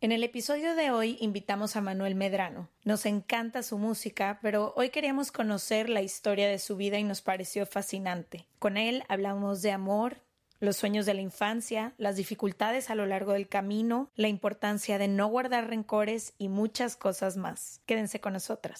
En el episodio de hoy invitamos a Manuel Medrano. Nos encanta su música, pero hoy queríamos conocer la historia de su vida y nos pareció fascinante. Con él hablamos de amor, los sueños de la infancia, las dificultades a lo largo del camino, la importancia de no guardar rencores y muchas cosas más. Quédense con nosotras.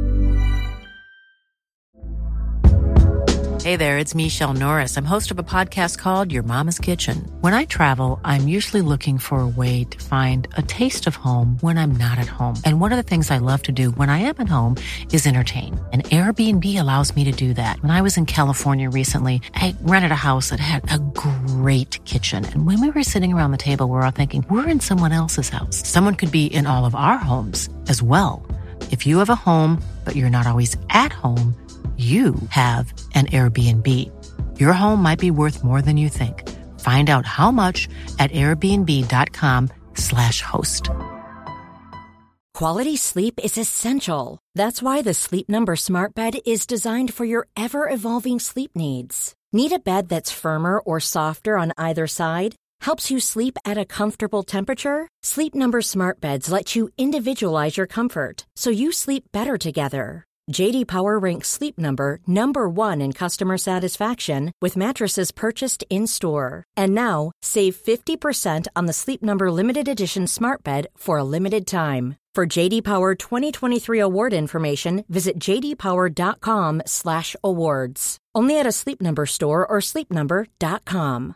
Hey there, it's Michelle Norris. I'm host of a podcast called Your Mama's Kitchen. When I travel, I'm usually looking for a way to find a taste of home when I'm not at home. And one of the things I love to do when I am at home is entertain. And Airbnb allows me to do that. When I was in California recently, I rented a house that had a great kitchen. And when we were sitting around the table, we're all thinking, we're in someone else's house. Someone could be in all of our homes as well. If you have a home, but you're not always at home, you have an Airbnb. Your home might be worth more than you think. Find out how much at airbnb.com/host. Quality sleep is essential. That's why the Sleep Number Smart Bed is designed for your ever-evolving sleep needs. Need a bed that's firmer or softer on either side? Helps you sleep at a comfortable temperature? Sleep Number Smart Beds let you individualize your comfort, so you sleep better together. J.D. Power ranks Sleep Number number 1 in customer satisfaction with mattresses purchased in-store. And now, save 50% on the Sleep Number Limited Edition Smart Bed for a limited time. For J.D. Power 2023 award information, visit jdpower.com/awards. Only at a Sleep Number store or sleepnumber.com.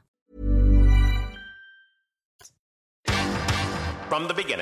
From the beginning.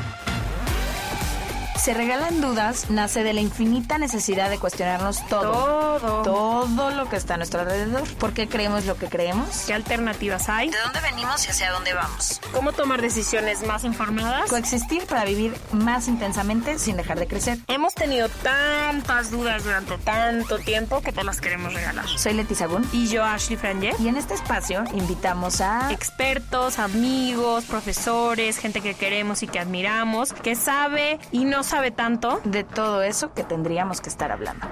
Se Regalan Dudas nace de la infinita necesidad de cuestionarnos todo lo que está a nuestro alrededor. ¿Por qué creemos lo que creemos? ¿Qué alternativas hay? ¿De dónde venimos y hacia dónde vamos? ¿Cómo tomar decisiones más informadas? Coexistir para vivir más intensamente sin dejar de crecer. Hemos tenido tantas dudas durante tanto tiempo que te las queremos regalar. Soy Leti Sagún. Y yo, Ashley Franje. Y en este espacio invitamos a expertos, amigos, profesores, gente que queremos y que admiramos, que sabe y no sabe tanto de todo eso que tendríamos que estar hablando.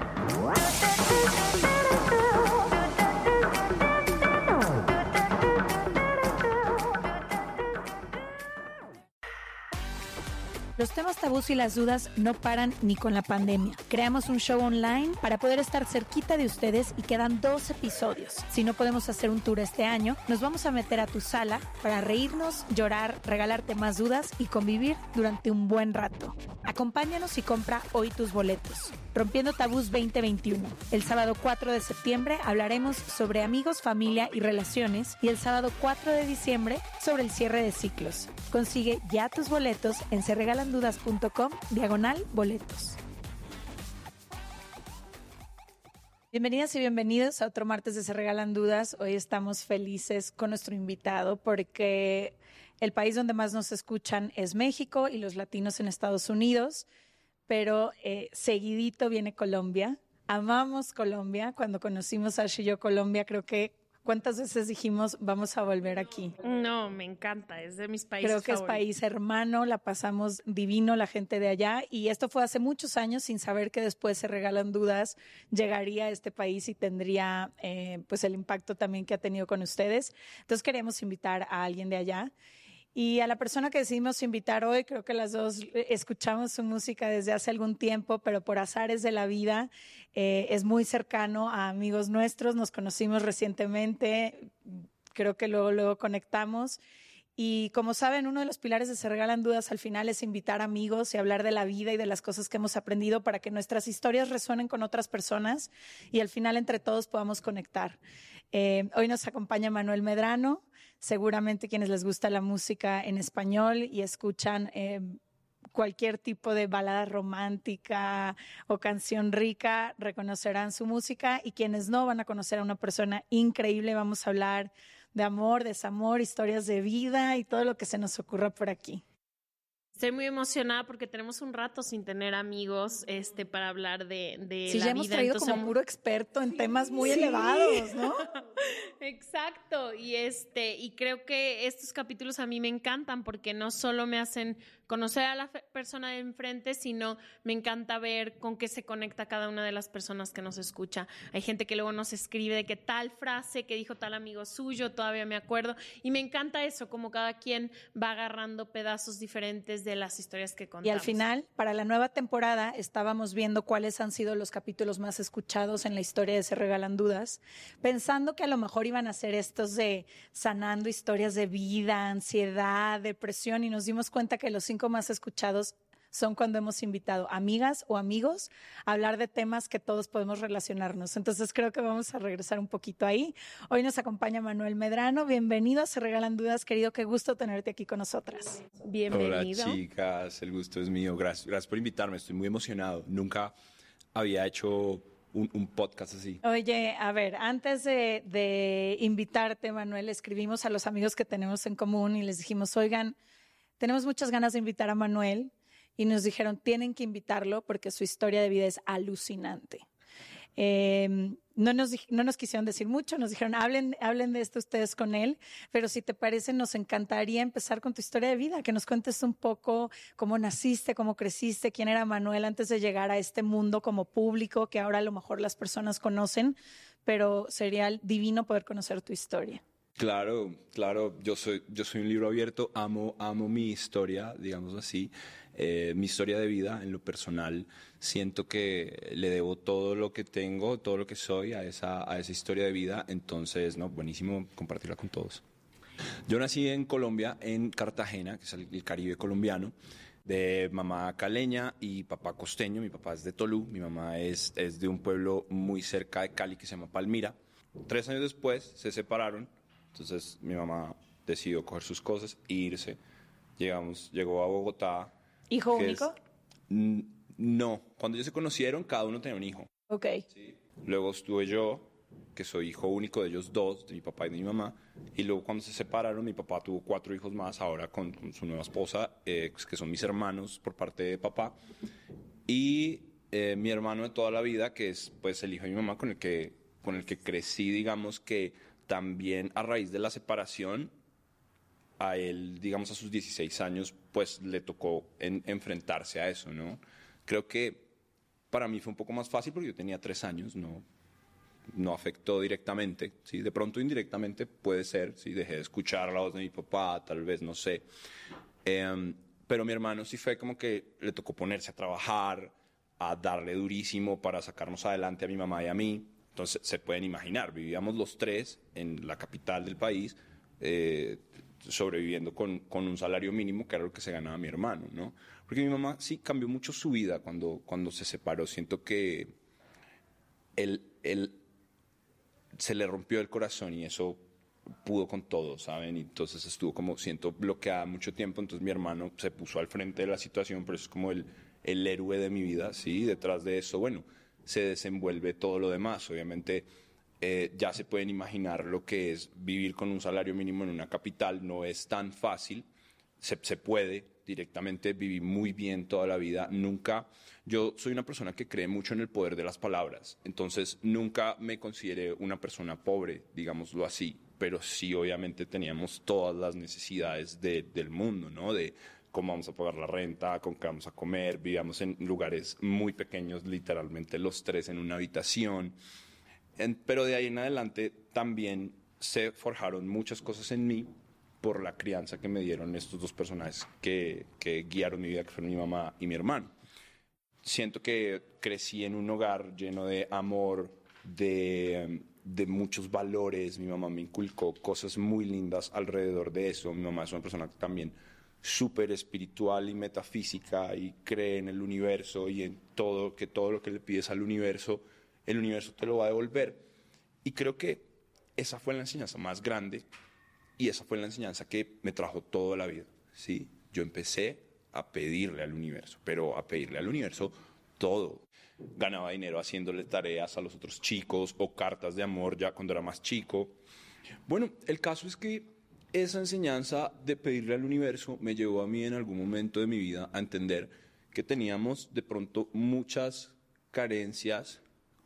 Los temas tabús y las dudas no paran ni con la pandemia. Creamos un show online para poder estar cerquita de ustedes y quedan 2 episodios. Si no podemos hacer un tour este año, nos vamos a meter a tu sala para reírnos, llorar, regalarte más dudas y convivir durante un buen rato. Acompáñanos y compra hoy tus boletos. Rompiendo Tabús 2021. El sábado 4 de septiembre hablaremos sobre amigos, familia y relaciones y el sábado 4 de diciembre sobre el cierre de ciclos. Consigue ya tus boletos en serregalandudas.com/boletos. Bienvenidas y bienvenidos a otro martes de Se Regalan Dudas. Hoy estamos felices con nuestro invitado porque el país donde más nos escuchan es México y los latinos en Estados Unidos, pero seguidito viene Colombia. Amamos Colombia. Cuando conocimos a Ash y yo Colombia, creo que ¿cuántas veces dijimos vamos a volver aquí? No, me encanta, es de mis países favoritos. Creo que favoritos. Es país hermano, la pasamos divino la gente de allá y esto fue hace muchos años sin saber que después Se Regalan Dudas llegaría a este país y tendría pues el impacto también que ha tenido con ustedes. Entonces queremos invitar a alguien de allá. Y a la persona que decidimos invitar hoy, creo que las dos escuchamos su música desde hace algún tiempo, pero por azares de la vida es muy cercano a amigos nuestros. Nos conocimos recientemente, creo que luego conectamos. Y como saben, uno de los pilares de Se Regalan Dudas al final es invitar amigos y hablar de la vida y de las cosas que hemos aprendido para que nuestras historias resuenen con otras personas y al final entre todos podamos conectar. Hoy nos acompaña Manuel Medrano. Seguramente quienes les gusta la música en español y escuchan cualquier tipo de balada romántica o canción rica reconocerán su música y quienes no van a conocer a una persona increíble. Vamos a hablar de amor, desamor, historias de vida y todo lo que se nos ocurra por aquí. Estoy muy emocionada porque tenemos un rato sin tener amigos para hablar de sí, la vida. Sí, ya hemos traído como puro experto en temas muy elevados, ¿no? Exacto, y creo que estos capítulos a mí me encantan porque no solo me hacen conocer a la persona de enfrente, sino me encanta ver con qué se conecta cada una de las personas que nos escucha. Hay gente que luego nos escribe de que tal frase que dijo tal amigo suyo, todavía me acuerdo, y me encanta eso, como cada quien va agarrando pedazos diferentes de las historias que contamos. Y al final, para la nueva temporada, estábamos viendo cuáles han sido los capítulos más escuchados en la historia de Se Regalan Dudas, pensando que a lo mejor iban a ser estos de sanando historias de vida, ansiedad, depresión, y nos dimos cuenta que los 5 más escuchados son cuando hemos invitado amigas o amigos a hablar de temas que todos podemos relacionarnos. Entonces creo que vamos a regresar un poquito ahí. Hoy nos acompaña Manuel Medrano. Bienvenido a Se Regalan Dudas, querido. Qué gusto tenerte aquí con nosotras. Bienvenido. Hola, chicas. El gusto es mío. Gracias por invitarme. Estoy muy emocionado. Nunca había hecho un podcast así. Oye, a ver, antes de invitarte, Manuel, escribimos a los amigos que tenemos en común y les dijimos, oigan, tenemos muchas ganas de invitar a Manuel, y nos dijeron, tienen que invitarlo porque su historia de vida es alucinante. No nos quisieron decir mucho, nos dijeron, hablen de esto ustedes con él, pero si te parece, nos encantaría empezar con tu historia de vida, que nos cuentes un poco cómo naciste, cómo creciste, quién era Manuel antes de llegar a este mundo como público, que ahora a lo mejor las personas conocen, pero sería divino poder conocer tu historia. Claro, yo soy un libro abierto, amo mi historia, digamos así, mi historia de vida en lo personal. Siento que le debo todo lo que tengo, todo lo que soy a esa historia de vida, entonces, no, buenísimo compartirla con todos. Yo nací en Colombia, en Cartagena, que es el Caribe colombiano, de mamá caleña y papá costeño. Mi papá es de Tolú, mi mamá es de un pueblo muy cerca de Cali que se llama Palmira. 3 años después se separaron. Entonces mi mamá decidió coger sus cosas e irse. Llegó a Bogotá. ¿Hijo único? No, cuando ellos se conocieron, cada uno tenía un hijo. Ok. Sí. Luego estuve yo, que soy hijo único de ellos dos, de mi papá y de mi mamá. Y luego cuando se separaron, mi papá tuvo 4 hijos más, ahora con su nueva esposa, que son mis hermanos por parte de papá. Y mi hermano de toda la vida, que es pues el hijo de mi mamá con el que crecí, digamos que también a raíz de la separación, a él, digamos a sus 16 años, pues le tocó enfrentarse a eso, ¿no? Creo que para mí fue un poco más fácil porque yo tenía 3 años, no afectó directamente, ¿sí? De pronto indirectamente puede ser, ¿sí? Dejé de escuchar la voz de mi papá, tal vez, no sé. Pero mi hermano sí fue como que le tocó ponerse a trabajar, a darle durísimo para sacarnos adelante a mi mamá y a mí. Entonces, se pueden imaginar, vivíamos los 3 en la capital del país, sobreviviendo con un salario mínimo, que era lo que se ganaba mi hermano, ¿no? Porque mi mamá sí cambió mucho su vida cuando se separó. Siento que él se le rompió el corazón y eso pudo con todo, ¿saben? Y entonces estuvo como, siento, bloqueada mucho tiempo. Entonces mi hermano se puso al frente de la situación, pero es como el héroe de mi vida, ¿sí? Detrás de eso, bueno, se desenvuelve todo lo demás. Obviamente ya se pueden imaginar lo que es vivir con un salario mínimo en una capital. No es tan fácil, se puede directamente vivir muy bien toda la vida. Yo soy una persona que cree mucho en el poder de las palabras, entonces nunca me consideré una persona pobre, digámoslo así, pero sí obviamente teníamos todas las necesidades del mundo, ¿no? De cómo vamos a pagar la renta, con qué vamos a comer. Vivíamos en lugares muy pequeños, literalmente los 3 en una habitación. Pero de ahí en adelante también se forjaron muchas cosas en mí por la crianza que me dieron estos 2 personajes que guiaron mi vida, que fueron mi mamá y mi hermano. Siento que crecí en un hogar lleno de amor, de muchos valores. Mi mamá me inculcó cosas muy lindas alrededor de eso. Mi mamá es una persona también súper espiritual y metafísica y cree en el universo y en todo lo que le pides al universo, el universo te lo va a devolver. Y creo que esa fue la enseñanza más grande y esa fue la enseñanza que me trajo toda la vida, ¿sí? Yo empecé a pedirle al universo, pero a pedirle al universo todo. Ganaba dinero haciéndole tareas a los otros chicos o cartas de amor ya cuando era más chico. Bueno, el caso es que esa enseñanza de pedirle al universo me llevó a mí en algún momento de mi vida a entender que teníamos de pronto muchas carencias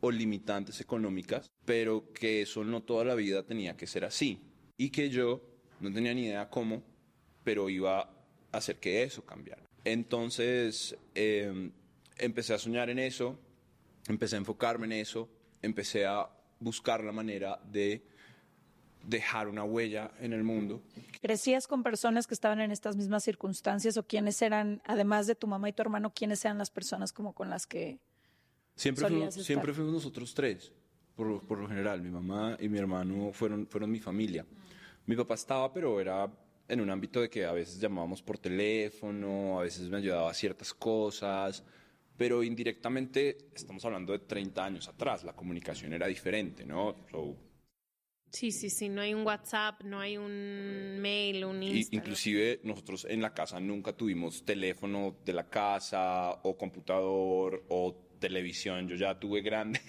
o limitantes económicas, pero que eso no toda la vida tenía que ser así. Y que yo no tenía ni idea cómo, pero iba a hacer que eso cambiara. Entonces empecé a soñar en eso, empecé a enfocarme en eso, empecé a buscar la manera de dejar una huella en el mundo. ¿Crecías con personas que estaban en estas mismas circunstancias o quiénes eran, además de tu mamá y tu hermano, quiénes eran las personas como con las que siempre fuimos nosotros tres, por lo general. Mi mamá y mi hermano fueron mi familia. Mi papá estaba, pero era en un ámbito de que a veces llamábamos por teléfono, a veces me ayudaba a ciertas cosas, pero indirectamente estamos hablando de 30 años atrás, la comunicación era diferente, ¿no? Sí, no hay un WhatsApp, no hay un mail, un Instagram. Inclusive nosotros en la casa nunca tuvimos teléfono de la casa o computador o televisión, yo ya tuve grande.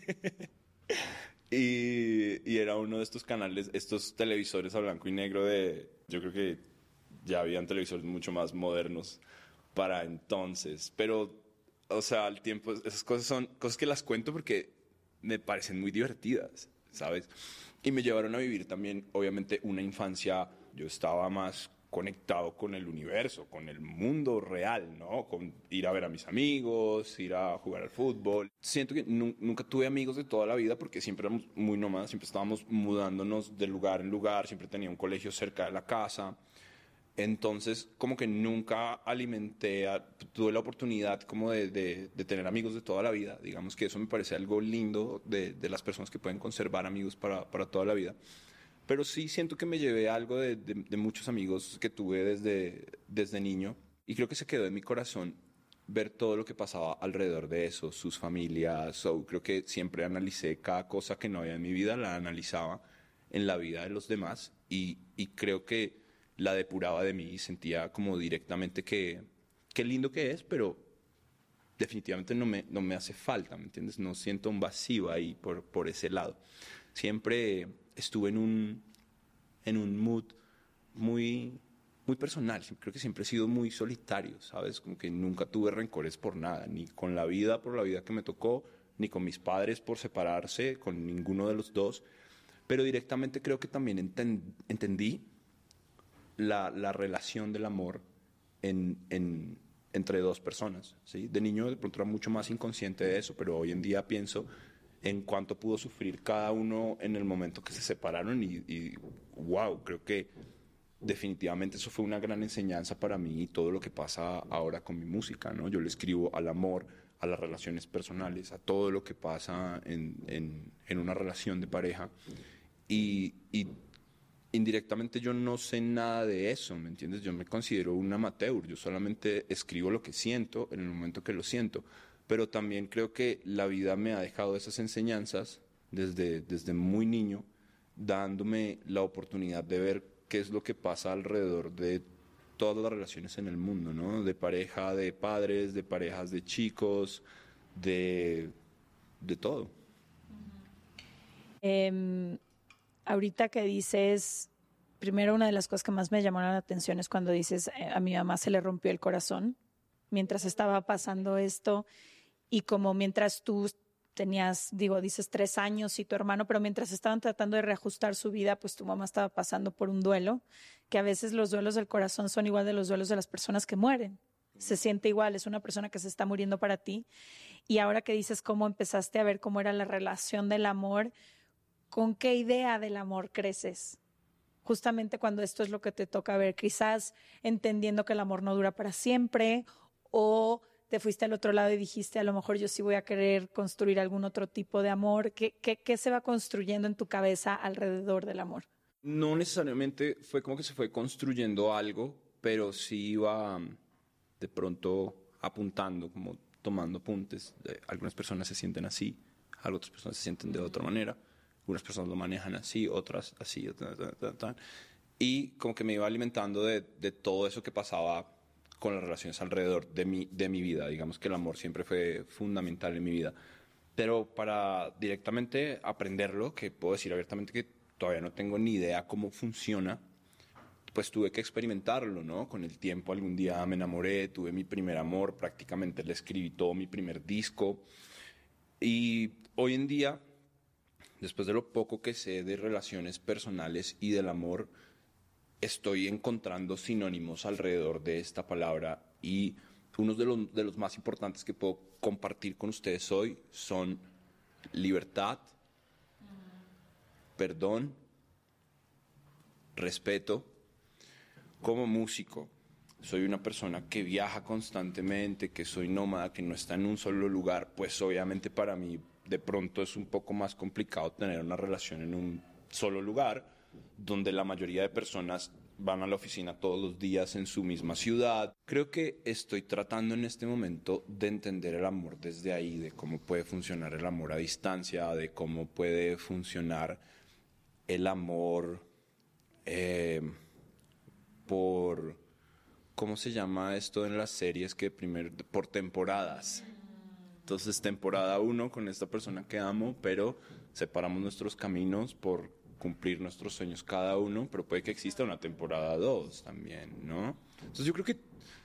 y era uno de estos canales, estos televisores a blanco y negro yo creo que ya habían televisores mucho más modernos para entonces, pero, o sea, al tiempo, esas cosas son cosas que las cuento porque me parecen muy divertidas, ¿sabes? Y me llevaron a vivir también, obviamente, una infancia, yo estaba más conectado con el universo, con el mundo real, ¿no? Con ir a ver a mis amigos, ir a jugar al fútbol. Siento que nunca tuve amigos de toda la vida porque siempre éramos muy nómadas, siempre estábamos mudándonos de lugar en lugar, siempre tenía un colegio cerca de la casa. Entonces, como que nunca tuve la oportunidad como de tener amigos de toda la vida. Digamos que eso me parece algo lindo de las personas que pueden conservar amigos para toda la vida. Pero sí siento que me llevé algo de muchos amigos que tuve desde niño. Y creo que se quedó en mi corazón ver todo lo que pasaba alrededor de eso, sus familias. Creo que siempre analicé cada cosa que no había en mi vida, la analizaba en la vida de los demás. Y creo que la depuraba de mí y sentía como directamente qué lindo que es, pero definitivamente no me hace falta, ¿me entiendes? No siento un vacío ahí por ese lado. Siempre estuve en un mood muy, muy personal. Creo que siempre he sido muy solitario, ¿sabes? Como que nunca tuve rencores por nada, ni con la vida por la vida que me tocó, ni con mis padres por separarse, con ninguno de los dos. Pero directamente creo que también entendí la relación del amor entre dos personas, ¿sí? De niño de pronto era mucho más inconsciente de eso, pero hoy en día pienso en cuánto pudo sufrir cada uno en el momento que se separaron y wow, creo que definitivamente eso fue una gran enseñanza para mí y todo lo que pasa ahora con mi música, ¿no? Yo le escribo al amor, a las relaciones personales, a todo lo que pasa en una relación de pareja y indirectamente yo no sé nada de eso, ¿me entiendes? Yo me considero un amateur, yo solamente escribo lo que siento en el momento que lo siento, pero también creo que la vida me ha dejado esas enseñanzas desde muy niño, dándome la oportunidad de ver qué es lo que pasa alrededor de todas las relaciones en el mundo, ¿no? De pareja, de padres, de parejas de chicos, de todo. Ahorita que dices, primero una de las cosas que más me llamaron la atención es cuando dices, a mi mamá se le rompió el corazón mientras estaba pasando esto y como mientras tú dices 3 años y tu hermano, pero mientras estaban tratando de reajustar su vida, pues tu mamá estaba pasando por un duelo, que a veces los duelos del corazón son igual de los duelos de las personas que mueren. Se siente igual, es una persona que se está muriendo para ti. Y ahora que dices cómo empezaste a ver cómo era la relación del amor, ¿con qué idea del amor creces? Justamente cuando esto es lo que te toca ver, quizás entendiendo que el amor no dura para siempre, o te fuiste al otro lado y dijiste, a lo mejor yo sí voy a querer construir algún otro tipo de amor. ¿Qué se va construyendo en tu cabeza alrededor del amor? No necesariamente fue como que se fue construyendo algo, pero sí iba de pronto apuntando, como tomando apuntes. Algunas personas se sienten así, otras personas se sienten de otra manera. Algunas personas lo manejan así, otras así, y como que me iba alimentando de todo eso que pasaba con las relaciones alrededor de mi vida. Digamos que el amor siempre fue fundamental en mi vida. Pero para directamente aprenderlo, que puedo decir abiertamente que todavía no tengo ni idea cómo funciona, pues tuve que experimentarlo, ¿no? Con el tiempo algún día me enamoré, tuve mi primer amor, prácticamente le escribí todo mi primer disco. Y hoy en día, después de lo poco que sé de relaciones personales y del amor, estoy encontrando sinónimos alrededor de esta palabra, y uno de los más importantes que puedo compartir con ustedes hoy son libertad, perdón, respeto. Como músico, soy una persona que viaja constantemente, que soy nómada, que no está en un solo lugar, pues obviamente para mí de pronto es un poco más complicado tener una relación en un solo lugar, donde la mayoría de personas van a la oficina todos los días en su misma ciudad. Creo que estoy tratando en este momento de entender el amor desde ahí, de cómo puede funcionar el amor a distancia, de cómo puede funcionar el amor por, ¿cómo se llama esto en las series? Que primero, por temporadas. Entonces, temporada 1 con esta persona que amo, pero separamos nuestros caminos por cumplir nuestros sueños cada uno, pero puede que exista una temporada 2 también, ¿no? Entonces yo creo que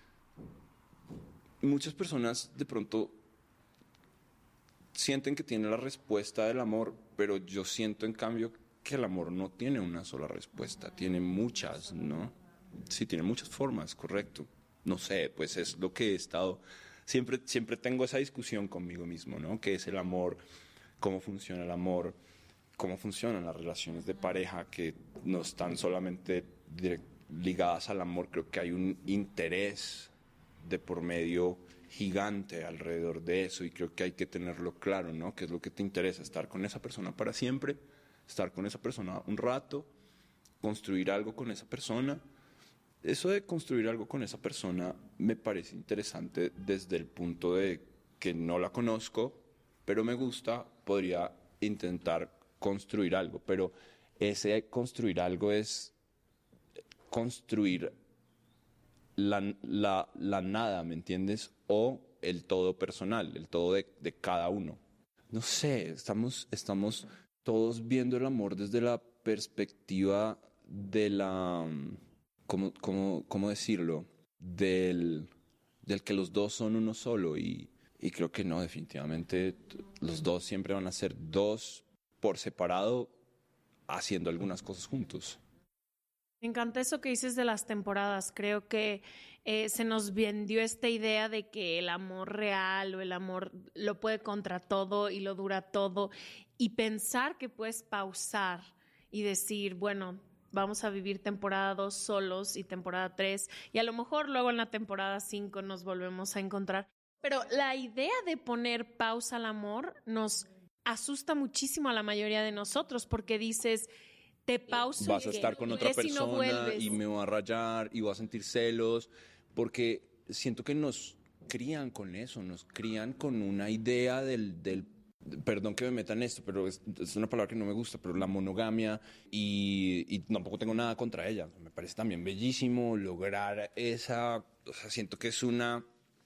muchas personas de pronto sienten que tienen la respuesta del amor, pero yo siento en cambio que el amor no tiene una sola respuesta, tiene muchas, ¿no? Sí, tiene muchas formas, correcto. No sé, pues es lo que he estado... Siempre tengo esa discusión conmigo mismo, ¿no? ¿Qué es el amor? ¿Cómo funciona el amor? ¿Cómo funcionan las relaciones de pareja que no están solamente ligadas al amor? Creo que hay un interés de por medio gigante alrededor de eso, y creo que hay que tenerlo claro, ¿no? ¿Qué es lo que te interesa? ¿Estar con esa persona para siempre? ¿Estar con esa persona un rato? ¿Construir algo con esa persona? Eso de construir algo con esa persona me parece interesante desde el punto de que no la conozco, pero me gusta, podría intentar construir algo, pero ese construir algo es construir la nada, ¿me entiendes? O el todo personal, el todo de cada uno. No sé, estamos todos viendo el amor desde la perspectiva de la... ¿Cómo decirlo? Del que los dos son uno solo, y creo que no, definitivamente los dos siempre van a ser dos por separado, haciendo algunas cosas juntos. Me encanta eso que dices de las temporadas. Creo que se nos vendió esta idea de que el amor real o el amor lo puede contra todo y lo dura todo, y pensar que puedes pausar y decir, bueno, vamos a vivir temporada 2 solos y temporada 3, y a lo mejor luego en la temporada 5 nos volvemos a encontrar. Pero la idea de poner pausa al amor nos asusta muchísimo a la mayoría de nosotros, porque dices, te pauso. Vas a estar con otra persona y me va a rayar y voy a sentir celos, porque siento que nos crían con eso, nos crían con una idea del perdón que me meta en esto, pero es una palabra que no me gusta, pero la monogamia, y tampoco tengo nada contra ella. Me parece también bellísimo lograr esa, o sea, siento que es una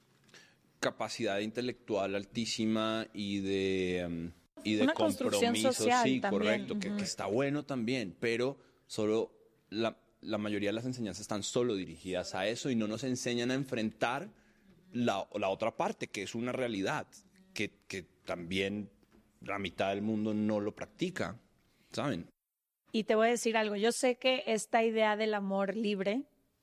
capacidad intelectual altísima y de una construcción compromiso, social sí, también. correcto, que está bueno también, pero solo la mayoría de las enseñanzas están solo dirigidas a eso y no nos enseñan a enfrentar la otra parte, que es una realidad, que también la mitad del mundo no lo practica, ¿saben? Y te voy a decir algo, yo sé que esta idea del amor libre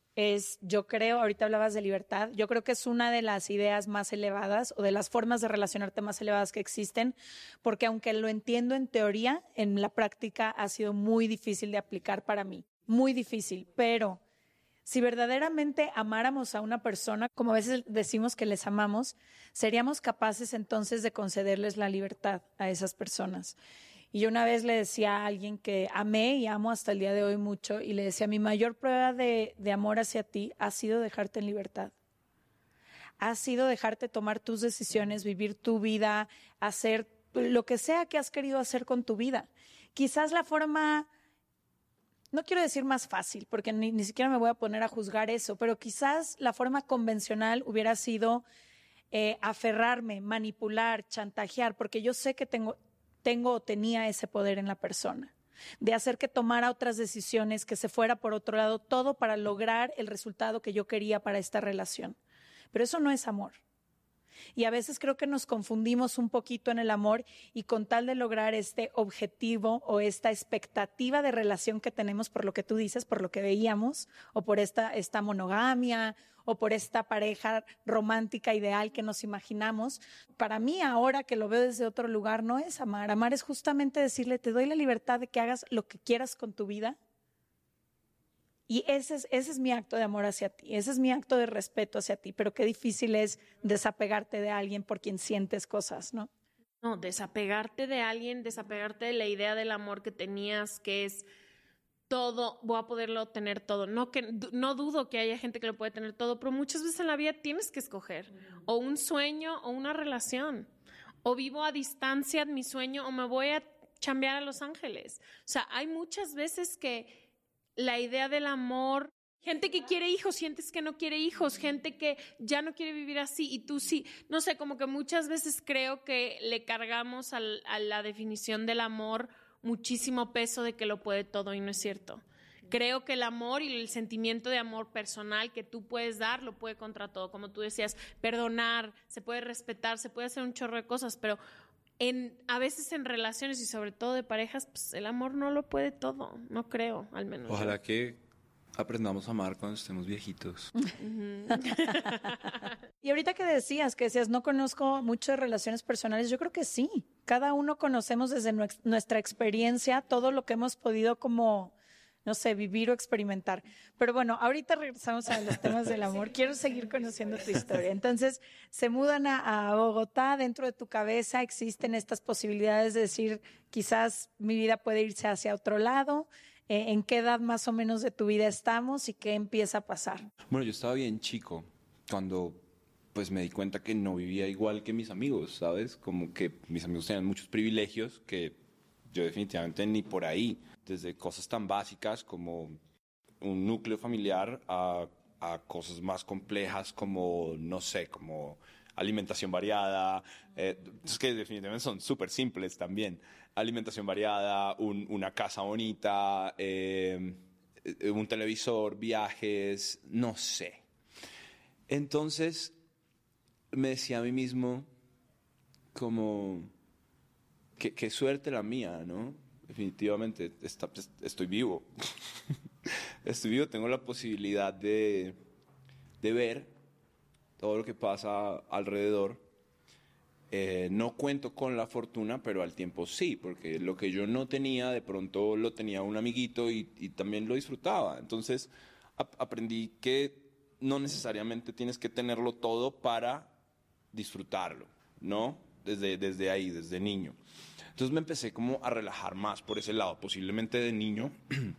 yo creo, ahorita hablabas de libertad, yo creo que es una de las ideas más elevadas o de las formas de relacionarte más elevadas que existen, porque aunque lo entiendo en teoría, en la práctica ha sido muy difícil de aplicar para mí, muy difícil, pero si verdaderamente amáramos a una persona, como a veces decimos que les amamos, seríamos capaces entonces de concederles la libertad a esas personas. Y yo una vez le decía a alguien que amé y amo hasta el día de hoy mucho, y le decía, mi mayor prueba de amor hacia ti ha sido dejarte en libertad. Ha sido dejarte tomar tus decisiones, vivir tu vida, hacer lo que sea que has querido hacer con tu vida. Quizás la forma, no quiero decir más fácil, porque ni siquiera me voy a poner a juzgar eso, pero quizás la forma convencional hubiera sido aferrarme, manipular, chantajear, porque yo sé que tengo o tenía ese poder en la persona, de hacer que tomara otras decisiones, que se fuera por otro lado, todo para lograr el resultado que yo quería para esta relación. Pero eso no es amor. Y a veces creo que nos confundimos un poquito en el amor y con tal de lograr este objetivo o esta expectativa de relación que tenemos por lo que tú dices, por lo que veíamos, o por esta monogamia, o por esta pareja romántica ideal que nos imaginamos. Para mí, ahora que lo veo desde otro lugar, no es amar. Amar es justamente decirle, te doy la libertad de que hagas lo que quieras con tu vida. Y ese es mi acto de amor hacia ti, ese es mi acto de respeto hacia ti, pero qué difícil es desapegarte de alguien por quien sientes cosas, ¿no? No, desapegarte de alguien, desapegarte de la idea del amor que tenías, que es todo, voy a poderlo tener todo. No dudo que haya gente que lo puede tener todo, pero muchas veces en la vida tienes que escoger o un sueño o una relación, o vivo a distancia de mi sueño o me voy a chambear a Los Ángeles. O sea, hay muchas veces que la idea del amor, gente que quiere hijos, sientes que no quiere hijos, gente que ya no quiere vivir así y tú sí. No sé, como que muchas veces creo que le cargamos a la definición del amor muchísimo peso de que lo puede todo y no es cierto. Creo que el amor y el sentimiento de amor personal que tú puedes dar lo puede contra todo. Como tú decías, perdonar, se puede respetar, se puede hacer un chorro de cosas, pero a veces en relaciones y sobre todo de parejas, pues el amor no lo puede todo, no creo, al menos. Ojalá que aprendamos a amar cuando estemos viejitos. Y ahorita que decías, no conozco mucho de relaciones personales, yo creo que sí. Cada uno conocemos desde nuestra experiencia todo lo que hemos podido como, no sé, vivir o experimentar. Pero bueno, ahorita regresamos a los temas del amor. Quiero seguir conociendo tu historia. Entonces, se mudan a Bogotá. Dentro de tu cabeza existen estas posibilidades de decir, quizás mi vida puede irse hacia otro lado. ¿En qué edad más o menos de tu vida estamos y qué empieza a pasar? Bueno, yo estaba bien chico cuando pues me di cuenta que no vivía igual que mis amigos, ¿sabes? Como que mis amigos tenían muchos privilegios que yo definitivamente ni por ahí. Desde cosas tan básicas como un núcleo familiar a cosas más complejas como, no sé, como alimentación variada, es que definitivamente son súper simples también. Alimentación variada, una casa bonita, un televisor, viajes, no sé. Entonces me decía a mí mismo como, qué suerte la mía, ¿no? Definitivamente estoy vivo. Estoy vivo, tengo la posibilidad de ver todo lo que pasa alrededor. No cuento con la fortuna, pero al tiempo sí, porque lo que yo no tenía, de pronto lo tenía un amiguito y también lo disfrutaba. Entonces aprendí que no necesariamente tienes que tenerlo todo para disfrutarlo, ¿no? Desde ahí, desde niño. Entonces me empecé como a relajar más por ese lado. Posiblemente de niño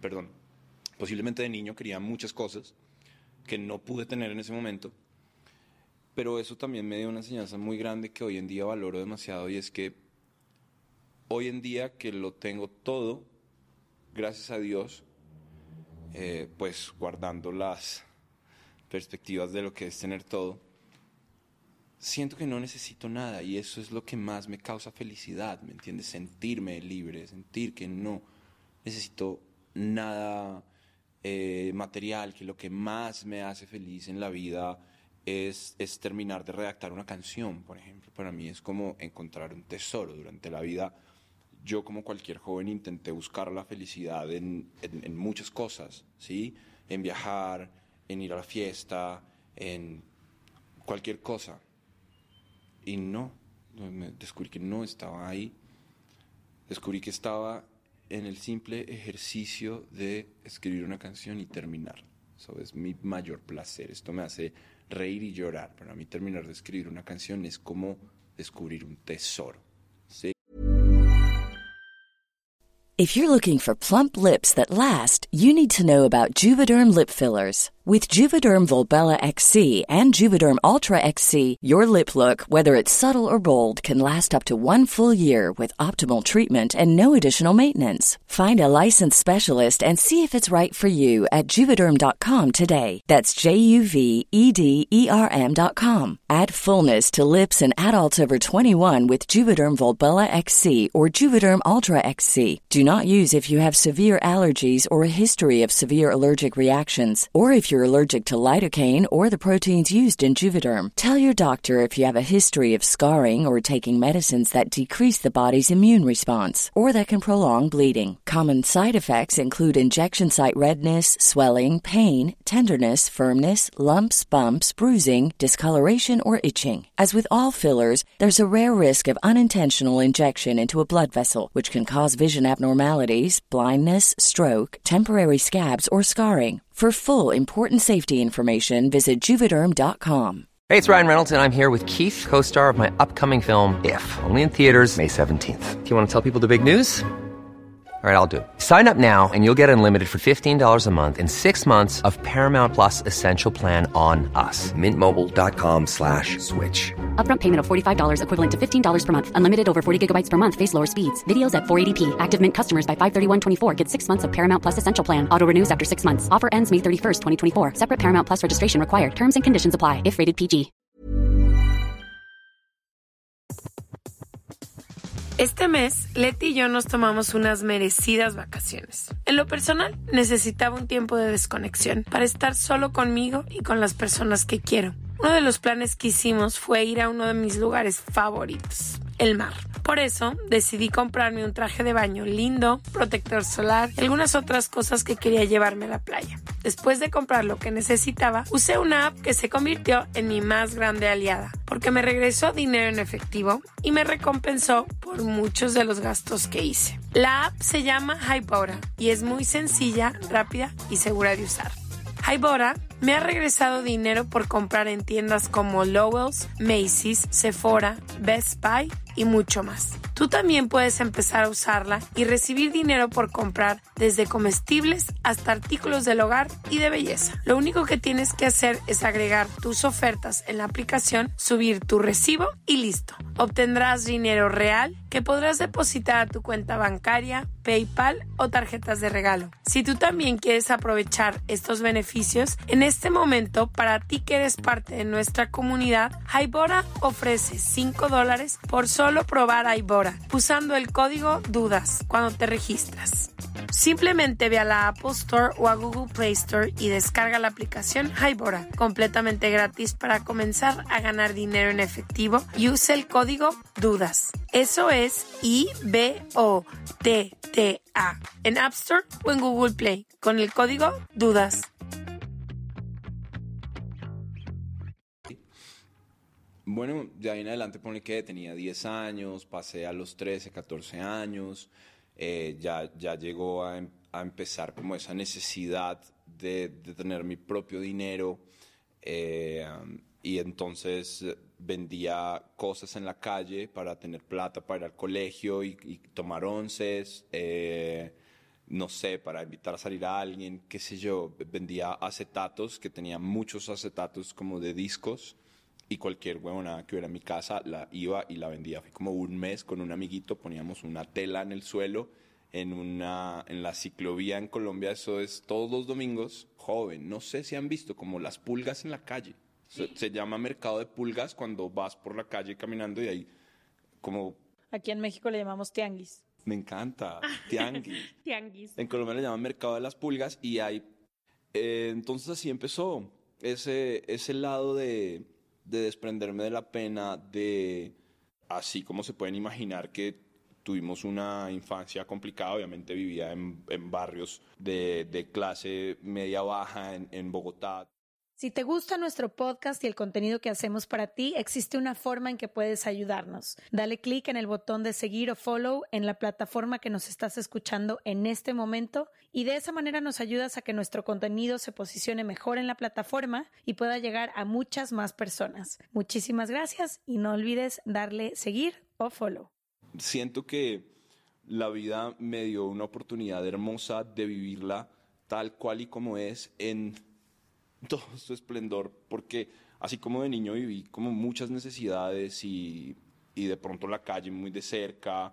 quería muchas cosas que no pude tener en ese momento. Pero eso también me dio una enseñanza muy grande que hoy en día valoro demasiado, y es que hoy en día que lo tengo todo, gracias a Dios, pues guardando las perspectivas de lo que es tener todo, siento que no necesito nada, y eso es lo que más me causa felicidad, ¿me entiendes? Sentirme libre, sentir que no necesito nada material, que lo que más me hace feliz en la vida es terminar de redactar una canción, por ejemplo. Para mí es como encontrar un tesoro. Durante la vida, yo como cualquier joven intenté buscar la felicidad en muchas cosas, ¿sí? En viajar, en ir a la fiesta, en cualquier cosa. Y descubrí que no estaba ahí. Descubrí que estaba en el simple ejercicio de escribir una canción y terminar. Eso es mi mayor placer. Esto me hace reír y llorar. Para mí terminar de escribir una canción es como descubrir un tesoro. ¿Sí? If you're looking for plump lips that last, you need to know about Juvederm lip fillers. With Juvederm Volbella XC and Juvederm Ultra XC, your lip look, whether it's subtle or bold, can last up to 1 full year with optimal treatment and no additional maintenance. Find a licensed specialist and see if it's right for you at Juvederm.com today. That's JUVEDERM.com. Add fullness to lips in adults over 21 with Juvederm Volbella XC or Juvederm Ultra XC. Do not use if you have severe allergies or a history of severe allergic reactions, or if you're you're allergic to lidocaine or the proteins used in Juvederm. Tell your doctor if you have a history of scarring or taking medicines that decrease the body's immune response or that can prolong bleeding. Common side effects include injection site redness, swelling, pain, tenderness, firmness, lumps, bumps, bruising, discoloration, or itching. As with all fillers, there's a rare risk of unintentional injection into a blood vessel, which can cause vision abnormalities, blindness, stroke, temporary scabs, or scarring. For full, important safety information, visit Juvederm.com. Hey, it's Ryan Reynolds, and I'm here with Keith, co-star of my upcoming film, If, only in theaters May 17th. Do you want to tell people the big news? All right, I'll do it. Sign up now and you'll get unlimited for $15 a month and 6 months of Paramount Plus Essential Plan on us. MintMobile.com/switch. Upfront payment of $45 equivalent to $15 per month. Unlimited over 40 gigabytes per month. Face lower speeds. Videos at 480p. Active Mint customers by 531.24 get 6 months of Paramount Plus Essential Plan. Auto renews after 6 months. Offer ends May 31st, 2024. Separate Paramount Plus registration required. Terms and conditions apply if rated PG. Este mes, Leti y yo nos tomamos unas merecidas vacaciones. En lo personal, necesitaba un tiempo de desconexión para estar solo conmigo y con las personas que quiero. Uno de los planes que hicimos fue ir a uno de mis lugares favoritos, el mar. Por eso, decidí comprarme un traje de baño lindo, protector solar y algunas otras cosas que quería llevarme a la playa. Después de comprar lo que necesitaba, usé una app que se convirtió en mi más grande aliada, porque me regresó dinero en efectivo y me recompensó por muchos de los gastos que hice. La app se llama Hybora y es muy sencilla, rápida y segura de usar. Hybora me ha regresado dinero por comprar en tiendas como Lowell's, Macy's, Sephora, Best Buy y mucho más. Tú también puedes empezar a usarla y recibir dinero por comprar desde comestibles hasta artículos del hogar y de belleza. Lo único que tienes que hacer es agregar tus ofertas en la aplicación, subir tu recibo y listo. Obtendrás dinero real que podrás depositar a tu cuenta bancaria, PayPal o tarjetas de regalo. Si tú también quieres aprovechar estos beneficios, en este momento, para ti que eres parte de nuestra comunidad, Hybora ofrece $5 por solo probar Hybora, usando el código DUDAS cuando te registras. Simplemente ve a la Apple Store o a Google Play Store y descarga la aplicación Hybora, completamente gratis para comenzar a ganar dinero en efectivo, y usa el código DUDAS. Eso es IBOTTA en App Store o en Google Play con el código DUDAS. Bueno, de ahí en adelante ponle que tenía 10 años, pasé a los 13, 14 años, ya llegó a empezar como esa necesidad de tener mi propio dinero, y entonces vendía cosas en la calle para tener plata para ir al colegio y tomar onces, no sé, para invitar a salir a alguien, qué sé yo. Vendía acetatos, que tenía muchos acetatos como de discos, y cualquier huevonada que hubiera en mi casa la iba y la vendía. Fui como un mes con un amiguito, poníamos una tela en el suelo en la ciclovía en Colombia. Eso es todos los domingos. Joven, no sé si han visto como las pulgas en la calle. Se llama mercado de pulgas cuando vas por la calle caminando y hay como... Aquí en México le llamamos tianguis. Me encanta, tianguis. Tianguis. En Colombia le llaman mercado de las pulgas y hay... entonces así empezó ese lado de desprenderme de la pena, de, así como se pueden imaginar que tuvimos una infancia complicada. Obviamente vivía en barrios de clase media baja en Bogotá. Si te gusta nuestro podcast y el contenido que hacemos para ti, existe una forma en que puedes ayudarnos. Dale clic en el botón de seguir o follow en la plataforma que nos estás escuchando en este momento, y de esa manera nos ayudas a que nuestro contenido se posicione mejor en la plataforma y pueda llegar a muchas más personas. Muchísimas gracias y no olvides darle seguir o follow. Siento que la vida me dio una oportunidad hermosa de vivirla tal cual y como es, en todo su esplendor, porque así como de niño viví como muchas necesidades y de pronto la calle muy de cerca,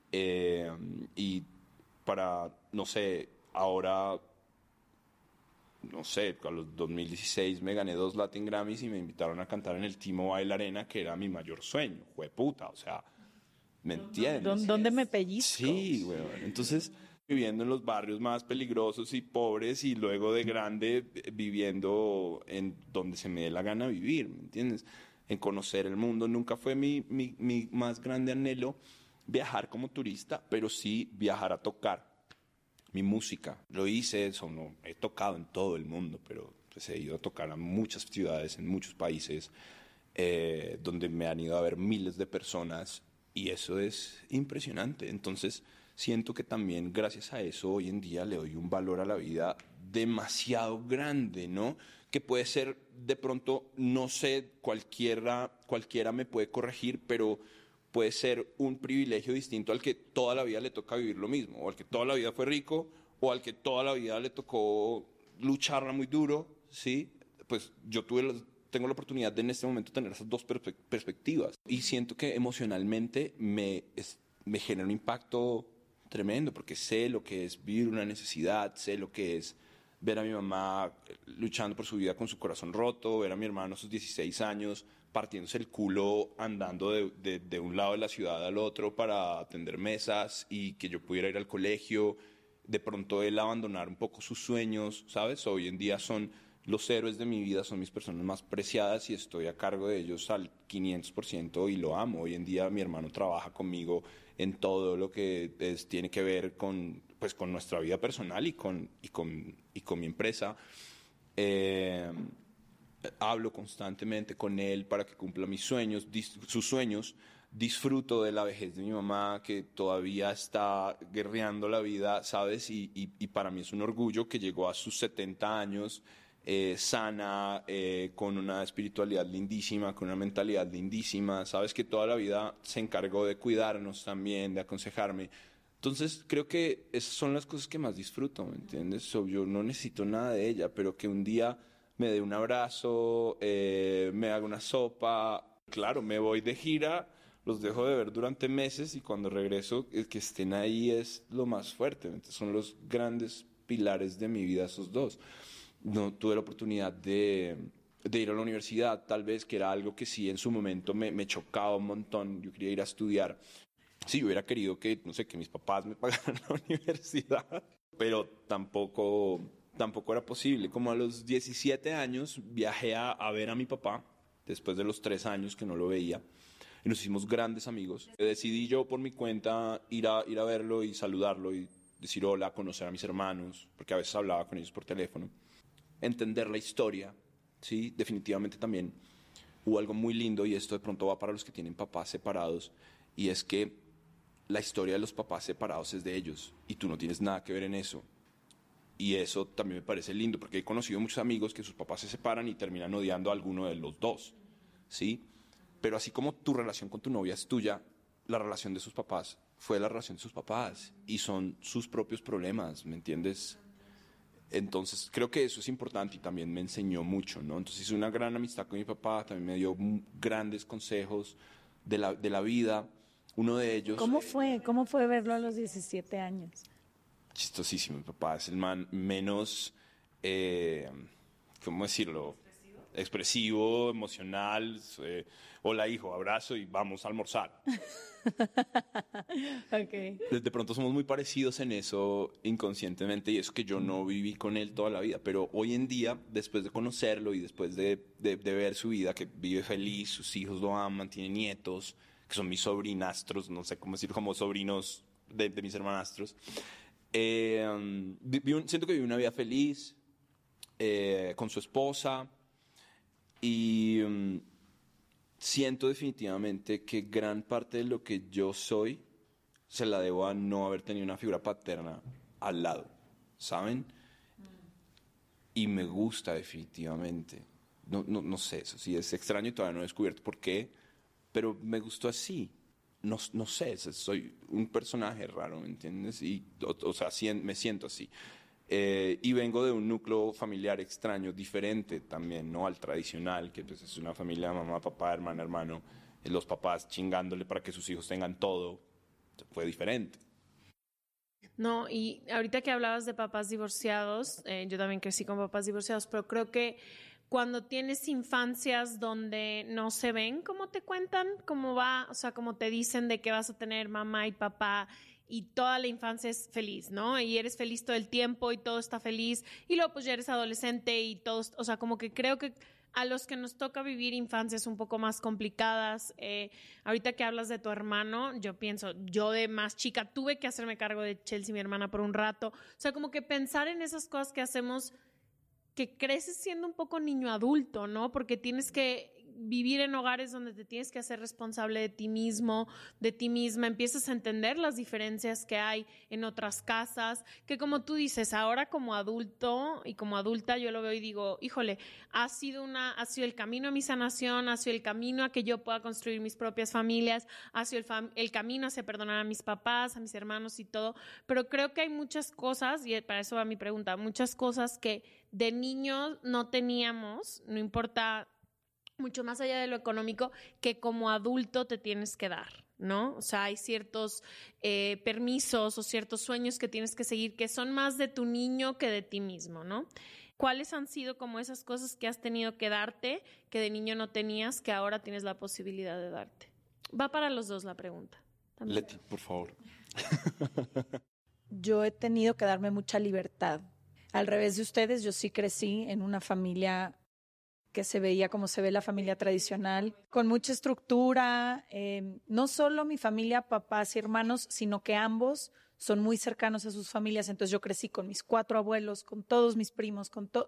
y para, no sé, ahora, no sé, a los 2016 me gané 2 Latin Grammys y me invitaron a cantar en el T-Mobile Arena, que era mi mayor sueño, jueputa, o sea, ¿me entiendes? ¿Dónde me pellizco? Sí, güey. Entonces, viviendo en los barrios más peligrosos y pobres y luego de grande viviendo en donde se me dé la gana vivir, ¿me entiendes? En conocer el mundo. Nunca fue mi más grande anhelo viajar como turista, pero sí viajar a tocar mi música. Lo hice, no, he tocado en todo el mundo, pero pues he ido a tocar a muchas ciudades, en muchos países, donde me han ido a ver miles de personas y eso es impresionante. Entonces siento que también gracias a eso hoy en día le doy un valor a la vida demasiado grande, ¿no? Que puede ser de pronto, no sé, cualquiera me puede corregir, pero puede ser un privilegio distinto al que toda la vida le toca vivir lo mismo, o al que toda la vida fue rico, o al que toda la vida le tocó lucharla muy duro, ¿sí? Pues yo tengo la oportunidad de en este momento tener esas dos perspectivas y siento que emocionalmente me genera un impacto tremendo porque sé lo que es vivir una necesidad, sé lo que es ver a mi mamá luchando por su vida con su corazón roto, ver a mi hermano a sus 16 años partiéndose el culo andando de un lado de la ciudad al otro para atender mesas y que yo pudiera ir al colegio, de pronto él abandonar un poco sus sueños, ¿sabes? Hoy en día son los héroes de mi vida, son mis personas más preciadas y estoy a cargo de ellos al 500% y lo amo. Hoy en día mi hermano trabaja conmigo en todo lo que tiene que ver con nuestra vida personal y con mi empresa. Hablo constantemente con él para que cumpla mis sueños, sus sueños. Disfruto de la vejez de mi mamá que todavía está guerreando la vida, ¿sabes? Y para mí es un orgullo que llegó a sus 70 años sana, con una espiritualidad lindísima, con una mentalidad lindísima, ¿sabes? Que toda la vida se encargó de cuidarnos también, de aconsejarme. Entonces creo que esas son las cosas que más disfruto, ¿me entiendes? Yo no necesito nada de ella, pero que un día me dé un abrazo, me haga una sopa. Claro, me voy de gira, los dejo de ver durante meses y cuando regreso, el que estén ahí es lo más fuerte. Entonces, son los grandes pilares de mi vida esos dos. No tuve la oportunidad de ir a la universidad, tal vez, que era algo que sí en su momento me chocaba un montón. Yo quería ir a estudiar. Sí, yo hubiera querido que, no sé, que mis papás me pagaran la universidad, pero tampoco era posible. Como a los 17 años viajé a ver a mi papá, después de los 3 años que no lo veía, y nos hicimos grandes amigos. Decidí yo por mi cuenta ir a verlo y saludarlo y decir hola, conocer a mis hermanos, porque a veces hablaba con ellos por teléfono. Entender la historia, ¿sí? Definitivamente también hubo algo muy lindo, y esto de pronto va para los que tienen papás separados, y es que la historia de los papás separados es de ellos, y tú no tienes nada que ver en eso. Y eso también me parece lindo, porque he conocido muchos amigos que sus papás se separan y terminan odiando a alguno de los dos, ¿sí? Pero así como tu relación con tu novia es tuya, la relación de sus papás fue la relación de sus papás, y son sus propios problemas, ¿me entiendes? Entonces creo que eso es importante y también me enseñó mucho, ¿no? Entonces hice una gran amistad con mi papá, también me dio grandes consejos de la vida. Uno de ellos... ¿Cómo fue verlo a los 17 años? Chistosísimo. Mi papá es el man menos, ¿cómo decirlo? Expresivo, emocional. Hola, hijo, abrazo y vamos a almorzar. Okay. De pronto somos muy parecidos en eso inconscientemente, y eso que yo no viví con él toda la vida, pero hoy en día, después de conocerlo y después de ver su vida, que vive feliz, sus hijos lo aman, tiene nietos, que son mis sobrinastros, no sé cómo decir, como sobrinos de mis hermanastros. Siento que vive una vida feliz con su esposa, y siento definitivamente que gran parte de lo que yo soy se la debo a no haber tenido una figura paterna al lado, ¿saben? Y me gusta definitivamente. No sé, eso sí es extraño y todavía no he descubierto por qué, pero me gustó así. No sé, soy un personaje raro, ¿me entiendes? O sea, me siento así. Y vengo de un núcleo familiar extraño, diferente también, ¿no? Al tradicional, que pues es una familia, mamá, papá, hermana, hermano, los papás chingándole para que sus hijos tengan todo. Fue diferente. No, y ahorita que hablabas de papás divorciados, yo también crecí con papás divorciados, pero creo que cuando tienes infancias donde no se ven como te cuentan, cómo va, o sea, como te dicen de que vas a tener mamá y papá y toda la infancia es feliz, ¿no? Y eres feliz todo el tiempo y todo está feliz y luego pues ya eres adolescente y todo, o sea, como que creo que a los que nos toca vivir infancias un poco más complicadas, ahorita que hablas de tu hermano, yo pienso, yo de más chica tuve que hacerme cargo de Chelsea, mi hermana, por un rato, o sea, como que pensar en esas cosas que hacemos, que creces siendo un poco niño adulto, ¿no? Porque tienes que vivir en hogares donde te tienes que hacer responsable de ti mismo, de ti misma, empiezas a entender las diferencias que hay en otras casas, que como tú dices, ahora como adulto y como adulta yo lo veo y digo, híjole, ha sido el camino a mi sanación, ha sido el camino a que yo pueda construir mis propias familias, ha sido el camino hacia perdonar a mis papás, a mis hermanos y todo, pero creo que hay muchas cosas, y para eso va mi pregunta, muchas cosas que de niños no teníamos, no importa, mucho más allá de lo económico, que como adulto te tienes que dar, ¿no? O sea, hay ciertos permisos o ciertos sueños que tienes que seguir que son más de tu niño que de ti mismo, ¿no? ¿Cuáles han sido como esas cosas que has tenido que darte, que de niño no tenías, que ahora tienes la posibilidad de darte? Va para los dos la pregunta. También. Leti, por favor. Yo he tenido que darme mucha libertad. Al revés de ustedes, yo sí crecí en una familia que se veía como se ve la familia tradicional, con mucha estructura, no solo mi familia, papás y hermanos, sino que ambos son muy cercanos a sus familias, entonces yo crecí con mis 4 abuelos, con todos mis primos,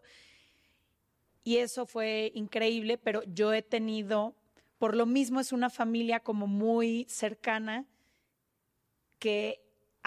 y eso fue increíble, pero yo he tenido, por lo mismo es una familia como muy cercana, que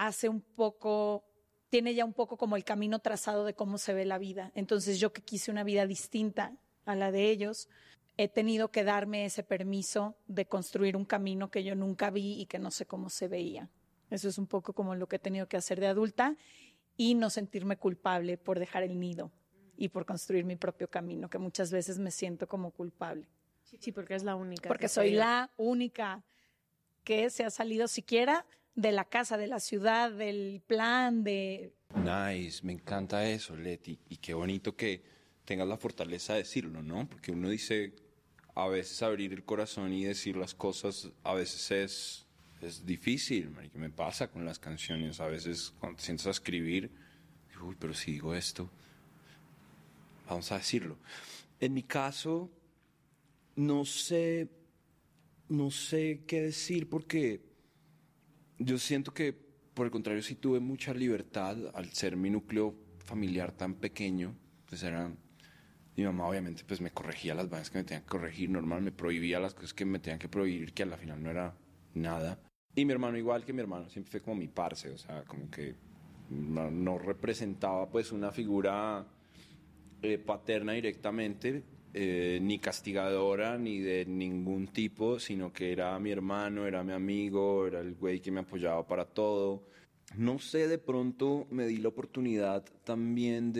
tiene ya un poco como el camino trazado de cómo se ve la vida, entonces yo que quise una vida distinta a la de ellos, he tenido que darme ese permiso de construir un camino que yo nunca vi y que no sé cómo se veía. Eso es un poco como lo que he tenido que hacer de adulta y no sentirme culpable por dejar el nido y por construir mi propio camino, que muchas veces me siento como culpable. Sí, porque es la única. Porque soy la única que se ha salido siquiera de la casa, de la ciudad, del plan, de... Nice, me encanta eso, Leti, y qué bonito que tengas la fortaleza de decirlo, ¿no? Porque uno dice, a veces abrir el corazón y decir las cosas, a veces es difícil, ¿qué me pasa con las canciones? A veces cuando te sientas a escribir, digo, uy, pero si digo esto, vamos a decirlo. En mi caso, no sé qué decir porque yo siento que, por el contrario, sí tuve mucha libertad al ser mi núcleo familiar tan pequeño, pues mi mamá obviamente pues me corregía las vainas que me tenían que corregir, normal, me prohibía las cosas que me tenían que prohibir, que a la final no era nada. Y mi hermano, igual que mi hermano, siempre fue como mi parce, o sea, como que no representaba pues una figura paterna directamente, ni castigadora, ni de ningún tipo, sino que era mi hermano, era mi amigo, era el güey que me apoyaba para todo. No sé, de pronto me di la oportunidad también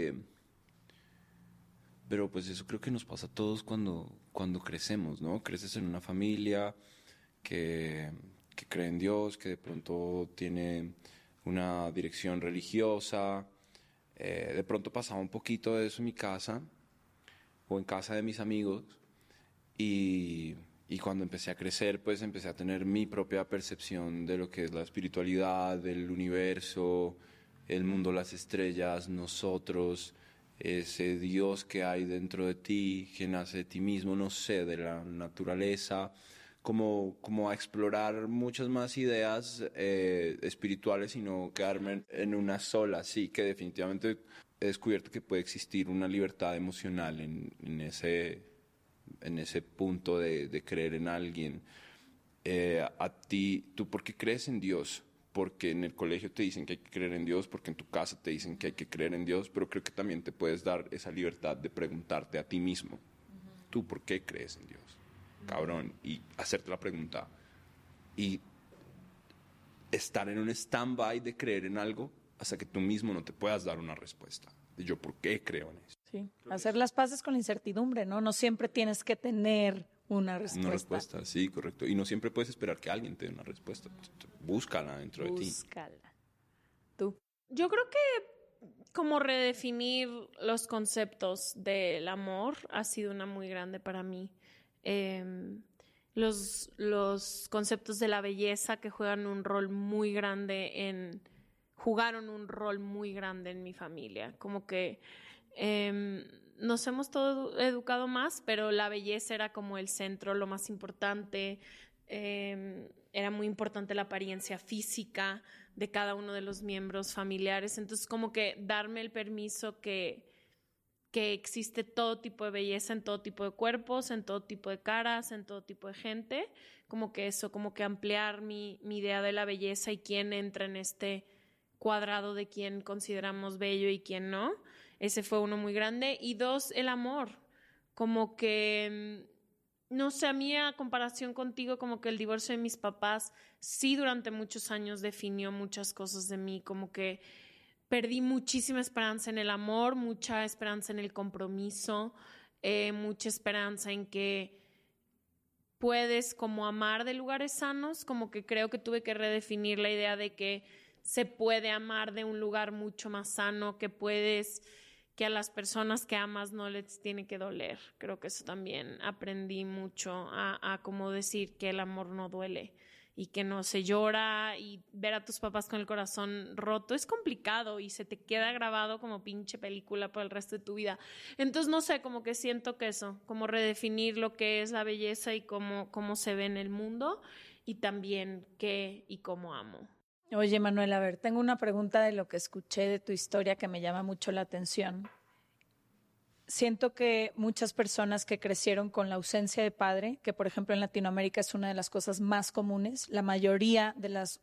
pero pues eso creo que nos pasa a todos cuando crecemos, ¿no? Creces en una familia que cree en Dios, que de pronto tiene una dirección religiosa. De pronto pasaba un poquito de eso en mi casa o en casa de mis amigos y cuando empecé a crecer pues empecé a tener mi propia percepción de lo que es la espiritualidad, del universo, el mundo, las estrellas, nosotros, ese Dios que hay dentro de ti, que nace de ti mismo, no sé, de la naturaleza, como a explorar muchas más ideas espirituales y no quedarme en una sola. Sí, que definitivamente he descubierto que puede existir una libertad emocional en ese punto de creer en alguien. A ti, ¿tú por qué crees en Dios? Porque en el colegio te dicen que hay que creer en Dios, porque en tu casa te dicen que hay que creer en Dios, pero creo que también te puedes dar esa libertad de preguntarte a ti mismo, ¿tú por qué crees en Dios? Cabrón, y hacerte la pregunta y estar en un stand-by de creer en algo hasta que tú mismo no te puedas dar una respuesta de yo por qué creo en eso. Sí, hacer las paces con la incertidumbre, ¿no? No siempre tienes que tener una respuesta. Una respuesta, sí, correcto. Y no siempre puedes esperar que alguien te dé una respuesta. Búscala dentro de ti. Búscala. ¿Tú? Yo creo que como redefinir los conceptos del amor ha sido una muy grande para mí. los conceptos de la belleza que jugaron un rol muy grande en mi familia. Como que nos hemos todo educado más, pero la belleza era como el centro, lo más importante. Era muy importante la apariencia física de cada uno de los miembros familiares. Entonces, como que darme el permiso que existe todo tipo de belleza en todo tipo de cuerpos, en todo tipo de caras, en todo tipo de gente. Como que eso, como que ampliar mi idea de la belleza y quién entra en este cuadrado de quién consideramos bello y quién no. Ese fue uno muy grande. Y dos, el amor. Como que, no sé, a mí a comparación contigo, como que el divorcio de mis papás sí durante muchos años definió muchas cosas de mí. Como que perdí muchísima esperanza en el amor, mucha esperanza en el compromiso, mucha esperanza en que puedes como amar de lugares sanos. Como que creo que tuve que redefinir la idea de que se puede amar de un lugar mucho más sano, que a las personas que amas no les tiene que doler. Creo que eso también aprendí mucho a cómo decir que el amor no duele y que no se llora, y ver a tus papás con el corazón roto es complicado y se te queda grabado como pinche película por el resto de tu vida. Entonces, no sé, como que siento que eso, como redefinir lo que es la belleza y cómo se ve en el mundo, y también qué y cómo amo. Oye, Manuel, a ver, tengo una pregunta de lo que escuché de tu historia que me llama mucho la atención. Siento que muchas personas que crecieron con la ausencia de padre, que por ejemplo en Latinoamérica es una de las cosas más comunes, la mayoría de las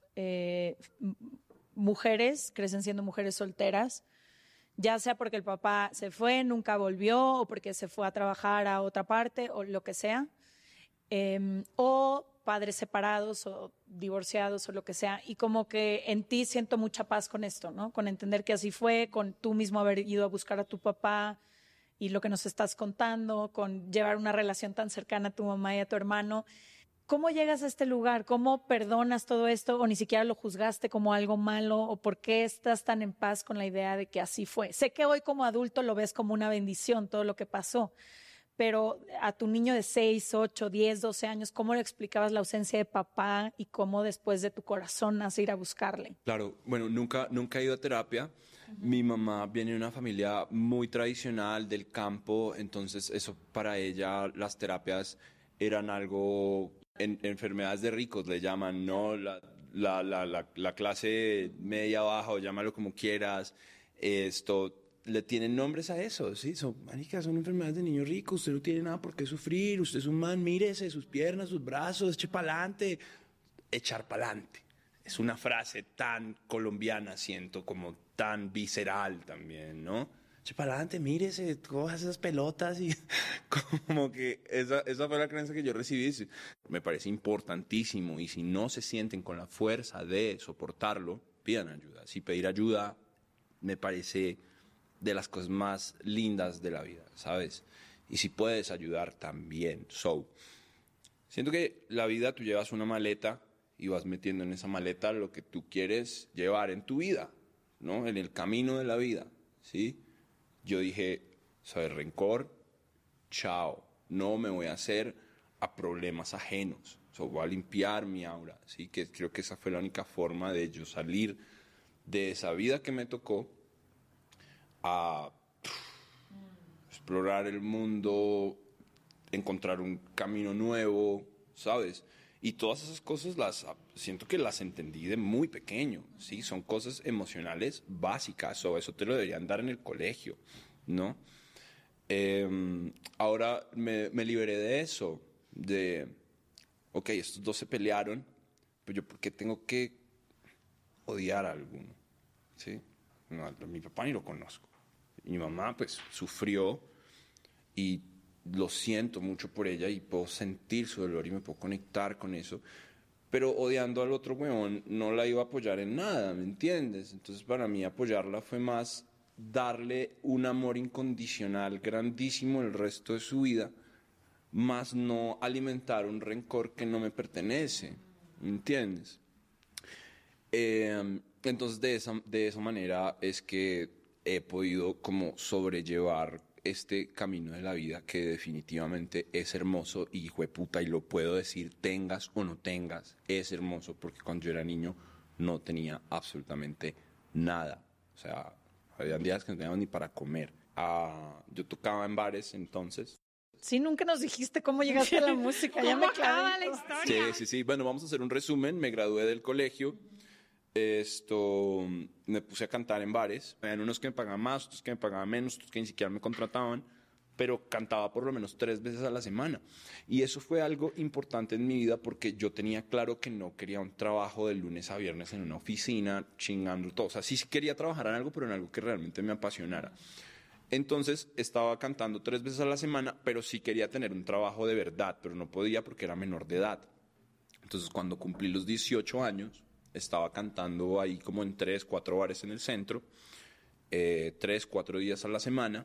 mujeres crecen siendo mujeres solteras, ya sea porque el papá se fue, nunca volvió, o porque se fue a trabajar a otra parte, o lo que sea, o padres separados o divorciados o lo que sea, y como que en ti siento mucha paz con esto, ¿no? Con entender que así fue, con tú mismo haber ido a buscar a tu papá y lo que nos estás contando, con llevar una relación tan cercana a tu mamá y a tu hermano. ¿Cómo llegas a este lugar? ¿Cómo perdonas todo esto? ¿O ni siquiera lo juzgaste como algo malo? ¿O por qué estás tan en paz con la idea de que así fue? Sé que hoy como adulto lo ves como una bendición, todo lo que pasó, pero a tu niño de 6, 8, 10, 12 años, ¿cómo le explicabas la ausencia de papá y cómo después de tu corazón nace ir a buscarle? Claro, bueno, nunca he ido a terapia. Mi mamá viene de una familia muy tradicional del campo, entonces eso para ella, las terapias eran algo, enfermedades de ricos le llaman, ¿no? La clase media baja, o llámalo como quieras, esto le tienen nombres a eso, ¿sí? Marica, son enfermedades de niños ricos, usted no tiene nada por qué sufrir, usted es un man, mírese, sus piernas, sus brazos, eche pa'lante. Echar pa'lante. Es una frase tan colombiana, siento, como tan visceral también, ¿no? Eche pa'lante, mírese, coja esas pelotas, y como que esa fue la creencia que yo recibí. Me parece importantísimo, y si no se sienten con la fuerza de soportarlo, pidan ayuda. Si pedir ayuda me parece de las cosas más lindas de la vida, ¿sabes? Y si puedes ayudar también. Siento que la vida, tú llevas una maleta y vas metiendo en esa maleta lo que tú quieres llevar en tu vida, ¿no? En el camino de la vida, ¿sí? Yo dije, ¿sabes? Rencor, chao. No me voy a hacer a problemas ajenos. Voy a limpiar mi aura, ¿sí? Que creo que esa fue la única forma de yo salir de esa vida que me tocó a explorar el mundo, encontrar un camino nuevo, ¿sabes? Y todas esas cosas siento que las entendí de muy pequeño, ¿sí? Son cosas emocionales básicas, o eso te lo deberían dar en el colegio, ¿no? Ahora me liberé de eso, ok, estos dos se pelearon, pero yo, ¿por qué tengo que odiar a alguno? ¿Sí? No, a mi papá ni lo conozco. Mi mamá, pues, sufrió, y lo siento mucho por ella, y puedo sentir su dolor y me puedo conectar con eso, pero odiando al otro huevón no la iba a apoyar en nada, ¿me entiendes? Entonces para mí apoyarla fue más darle un amor incondicional grandísimo el resto de su vida, más no alimentar un rencor que no me pertenece, ¿me entiendes? Entonces de esa manera es que he podido como sobrellevar este camino de la vida que definitivamente es hermoso y hijueputa, y lo puedo decir, tengas o no tengas, es hermoso, porque cuando yo era niño no tenía absolutamente nada. O sea, había días que no teníamos ni para comer. Yo tocaba en bares entonces. Sí, nunca nos dijiste cómo llegaste a la música. Ya me acaba clavé. la historia? Sí. Bueno, vamos a hacer un resumen. Me gradué del colegio. Me puse a cantar en bares. Habían unos que me pagaban más, otros que me pagaban menos, otros que ni siquiera me contrataban, pero cantaba por lo menos 3 veces a la semana. Y eso fue algo importante en mi vida porque yo tenía claro que no quería un trabajo de lunes a viernes en una oficina, chingando todo. O sea, sí quería trabajar en algo, pero en algo que realmente me apasionara. Entonces estaba cantando 3 veces a la semana, pero sí quería tener un trabajo de verdad, pero no podía porque era menor de edad. Entonces cuando cumplí los 18 años, estaba cantando ahí como en 3, 4 bares en el centro, 3, 4 días a la semana.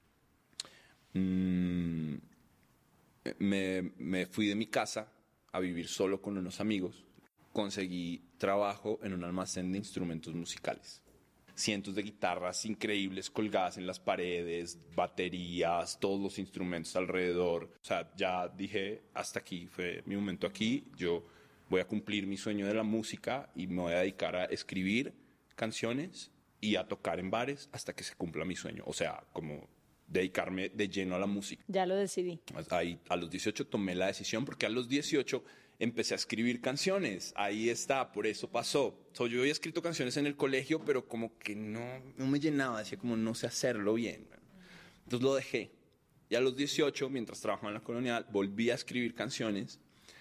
Me fui de mi casa a vivir solo con unos amigos. Conseguí trabajo en un almacén de instrumentos musicales. Cientos de guitarras increíbles colgadas en las paredes, baterías, todos los instrumentos alrededor. O sea, ya dije, hasta aquí, fue mi momento aquí. Yo voy a cumplir mi sueño de la música y me voy a dedicar a escribir canciones y a tocar en bares hasta que se cumpla mi sueño. O sea, como dedicarme de lleno a la música. Ya lo decidí. Ahí, a los 18 tomé la decisión porque a los 18 empecé a escribir canciones. Ahí está, por eso pasó. Yo había escrito canciones en el colegio, pero como que no me llenaba, decía como no sé hacerlo bien. Entonces lo dejé. Y a los 18, mientras trabajaba en la Colonial, volví a escribir canciones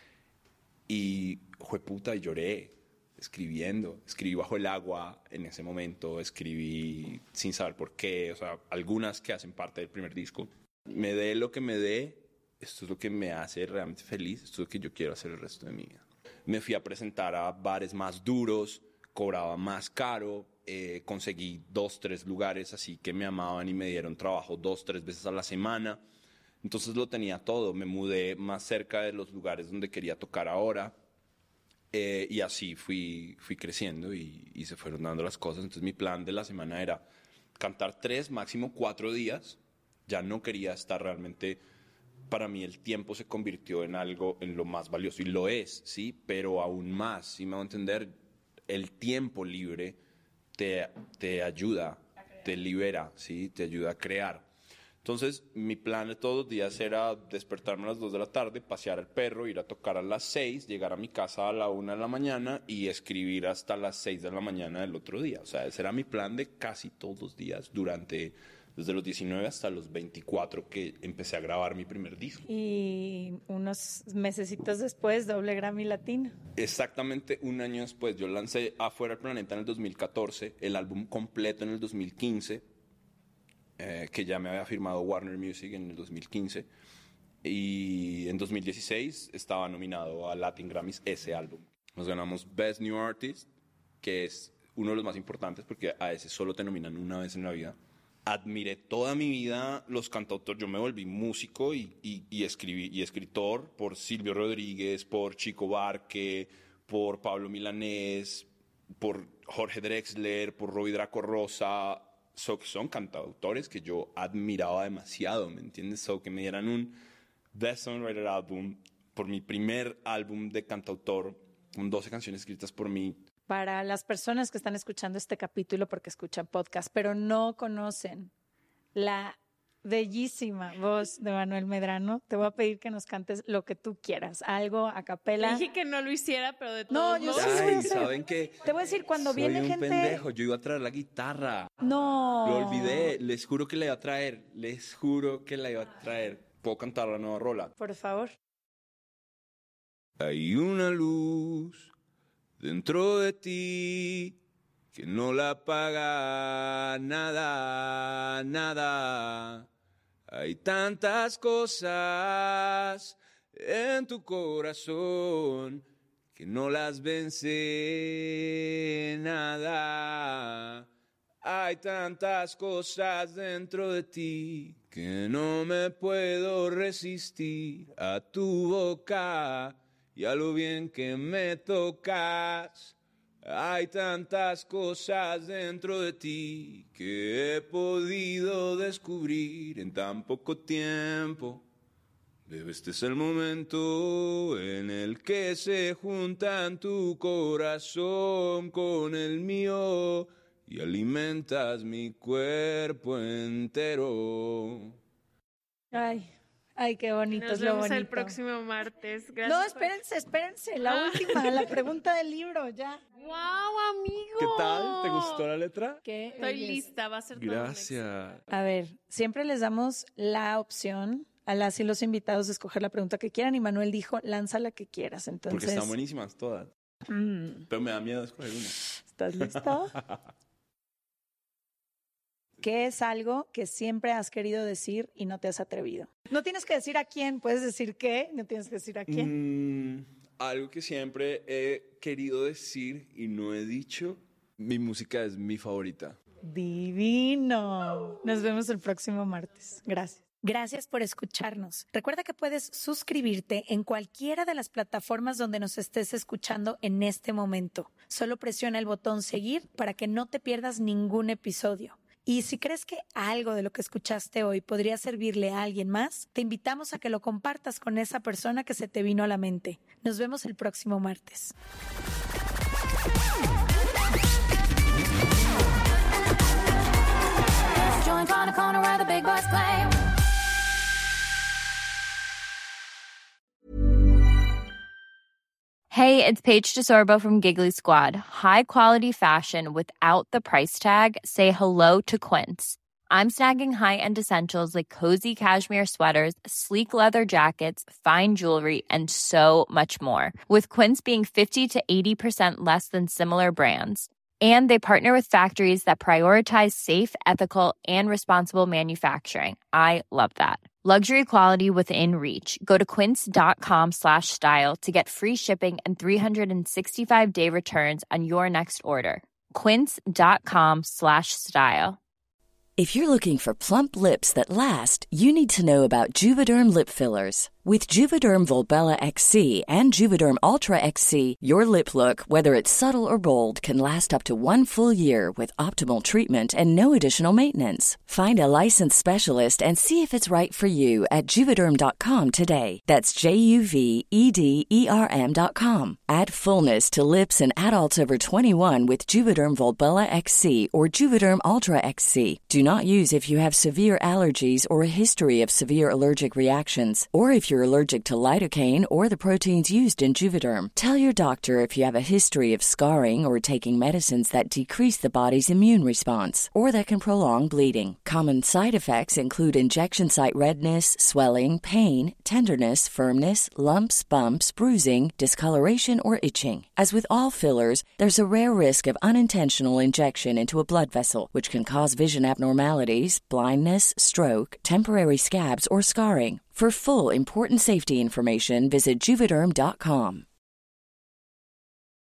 y jueputa, lloré escribiendo. Escribí bajo el agua en ese momento, escribí sin saber por qué, o sea, algunas que hacen parte del primer disco. Me dé lo que me dé, esto es lo que me hace realmente feliz, esto es lo que yo quiero hacer el resto de mi vida. Me fui a presentar a bares más duros, cobraba más caro, conseguí 2, 3 lugares así que me amaban y me dieron trabajo 2, 3 veces a la semana. Entonces lo tenía todo, me mudé más cerca de los lugares donde quería tocar ahora. Y así fui creciendo y se fueron dando las cosas. Entonces mi plan de la semana era cantar 3, máximo 4 días. Ya no quería estar realmente... Para mí el tiempo se convirtió en algo, en lo más valioso. Y lo es, sí, pero aún más, si me voy a entender, el tiempo libre te ayuda, te libera, sí, te ayuda a crear. Entonces, mi plan de todos los días era despertarme a las 2 de la tarde, pasear al perro, ir a tocar a las 6, llegar a mi casa a la 1 de la mañana y escribir hasta las 6 de la mañana del otro día. O sea, ese era mi plan de casi todos los días desde los 19 hasta los 24 que empecé a grabar mi primer disco. Y unos mesecitos después, doble Grammy Latino. Exactamente un año después. Yo lancé Afuera del Planeta en el 2014, el álbum completo en el 2015, que ya me había firmado Warner Music en el 2015. Y en 2016 estaba nominado a Latin Grammys ese álbum. Nos ganamos Best New Artist, que es uno de los más importantes porque a ese solo te nominan una vez en la vida. Admiré toda mi vida los cantautores. Yo me volví músico y escritor por Silvio Rodríguez, por Chico Barque, por Pablo Milanés, por Jorge Drexler, por Robbie Draco Rosa. Son cantautores que yo admiraba demasiado, ¿me entiendes? Que me dieran un Best Songwriter Album por mi primer álbum de cantautor, con 12 canciones escritas por mí. Para las personas que están escuchando este capítulo porque escuchan podcast, pero no conocen la bellísima voz de Manuel Medrano, te voy a pedir que nos cantes lo que tú quieras, algo a capela. Dije que no lo hiciera, pero de todos No, yo modos. sí lo voy a hacer. ¿Saben qué? Te voy a decir, cuando viene Soy un gente... pendejo, yo iba a traer la guitarra. No. Lo olvidé, les juro que la iba a traer, les juro que la iba a traer. ¿Puedo cantar la nueva rola? Por favor. Hay una luz dentro de ti que no la apaga nada, nada. Hay tantas cosas en tu corazón que no las vence nada. Hay tantas cosas dentro de ti que no me puedo resistir a tu boca y a lo bien que me tocas. Hay tantas cosas dentro de ti que he podido descubrir en tan poco tiempo. Bebé, este es el momento en el que se juntan tu corazón con el mío y alimentas mi cuerpo entero. Ay, qué bonito. Nos es lo vemos bonito. el próximo martes. Gracias. No, espérense. La última, la pregunta del libro, ya. ¡Wow, amigo! ¿Qué tal? ¿Te gustó la letra? Estoy lista, va a ser todo un Gracias. A ver, siempre les damos la opción a las y los invitados de escoger la pregunta que quieran y Manuel dijo, lanza la que quieras. Entonces, Porque están buenísimas todas. Pero me da miedo escoger una. ¿Estás listo? ¿Qué es algo que siempre has querido decir y no te has atrevido? No tienes que decir a quién, puedes decir qué, no tienes que decir a quién. Algo que siempre he querido decir y no he dicho, mi música es mi favorita. Divino. Nos vemos el próximo martes. Gracias. Gracias por escucharnos. Recuerda que puedes suscribirte en cualquiera de las plataformas donde nos estés escuchando en este momento. Solo presiona el botón seguir para que no te pierdas ningún episodio. Y si crees que algo de lo que escuchaste hoy podría servirle a alguien más, te invitamos a que lo compartas con esa persona que se te vino a la mente. Nos vemos el próximo martes. Hey, it's Paige DeSorbo from Giggly Squad. High quality fashion without the price tag. Say hello to Quince. I'm snagging high-end essentials like cozy cashmere sweaters, sleek leather jackets, fine jewelry, and so much more. With Quince being 50 to 80% less than similar brands. And they partner with factories that prioritize safe, ethical, and responsible manufacturing. I love that. Luxury quality within reach. Go to quince.com/style to get free shipping and 365-day returns on your next order. Quince.com/style. If you're looking for plump lips that last, you need to know about Juvederm lip fillers. With Juvederm Volbella XC and Juvederm Ultra XC, your lip look, whether it's subtle or bold, can last up to 1 full year with optimal treatment and no additional maintenance. Find a licensed specialist and see if it's right for you at Juvederm.com today. That's JUVEDERM.com. Add fullness to lips in adults over 21 with Juvederm Volbella XC or Juvederm Ultra XC. Do not use if you have severe allergies or a history of severe allergic reactions, or if you're allergic to lidocaine or the proteins used in Juvederm. Tell your doctor if you have a history of scarring or taking medicines that decrease the body's immune response or that can prolong bleeding. Common side effects include injection site redness, swelling, pain, tenderness, firmness, lumps, bumps, bruising, discoloration, or itching. As with all fillers, there's a rare risk of unintentional injection into a blood vessel, which can cause vision abnormalities, blindness, stroke, temporary scabs, or scarring. For full, important safety information, visit Juvederm.com.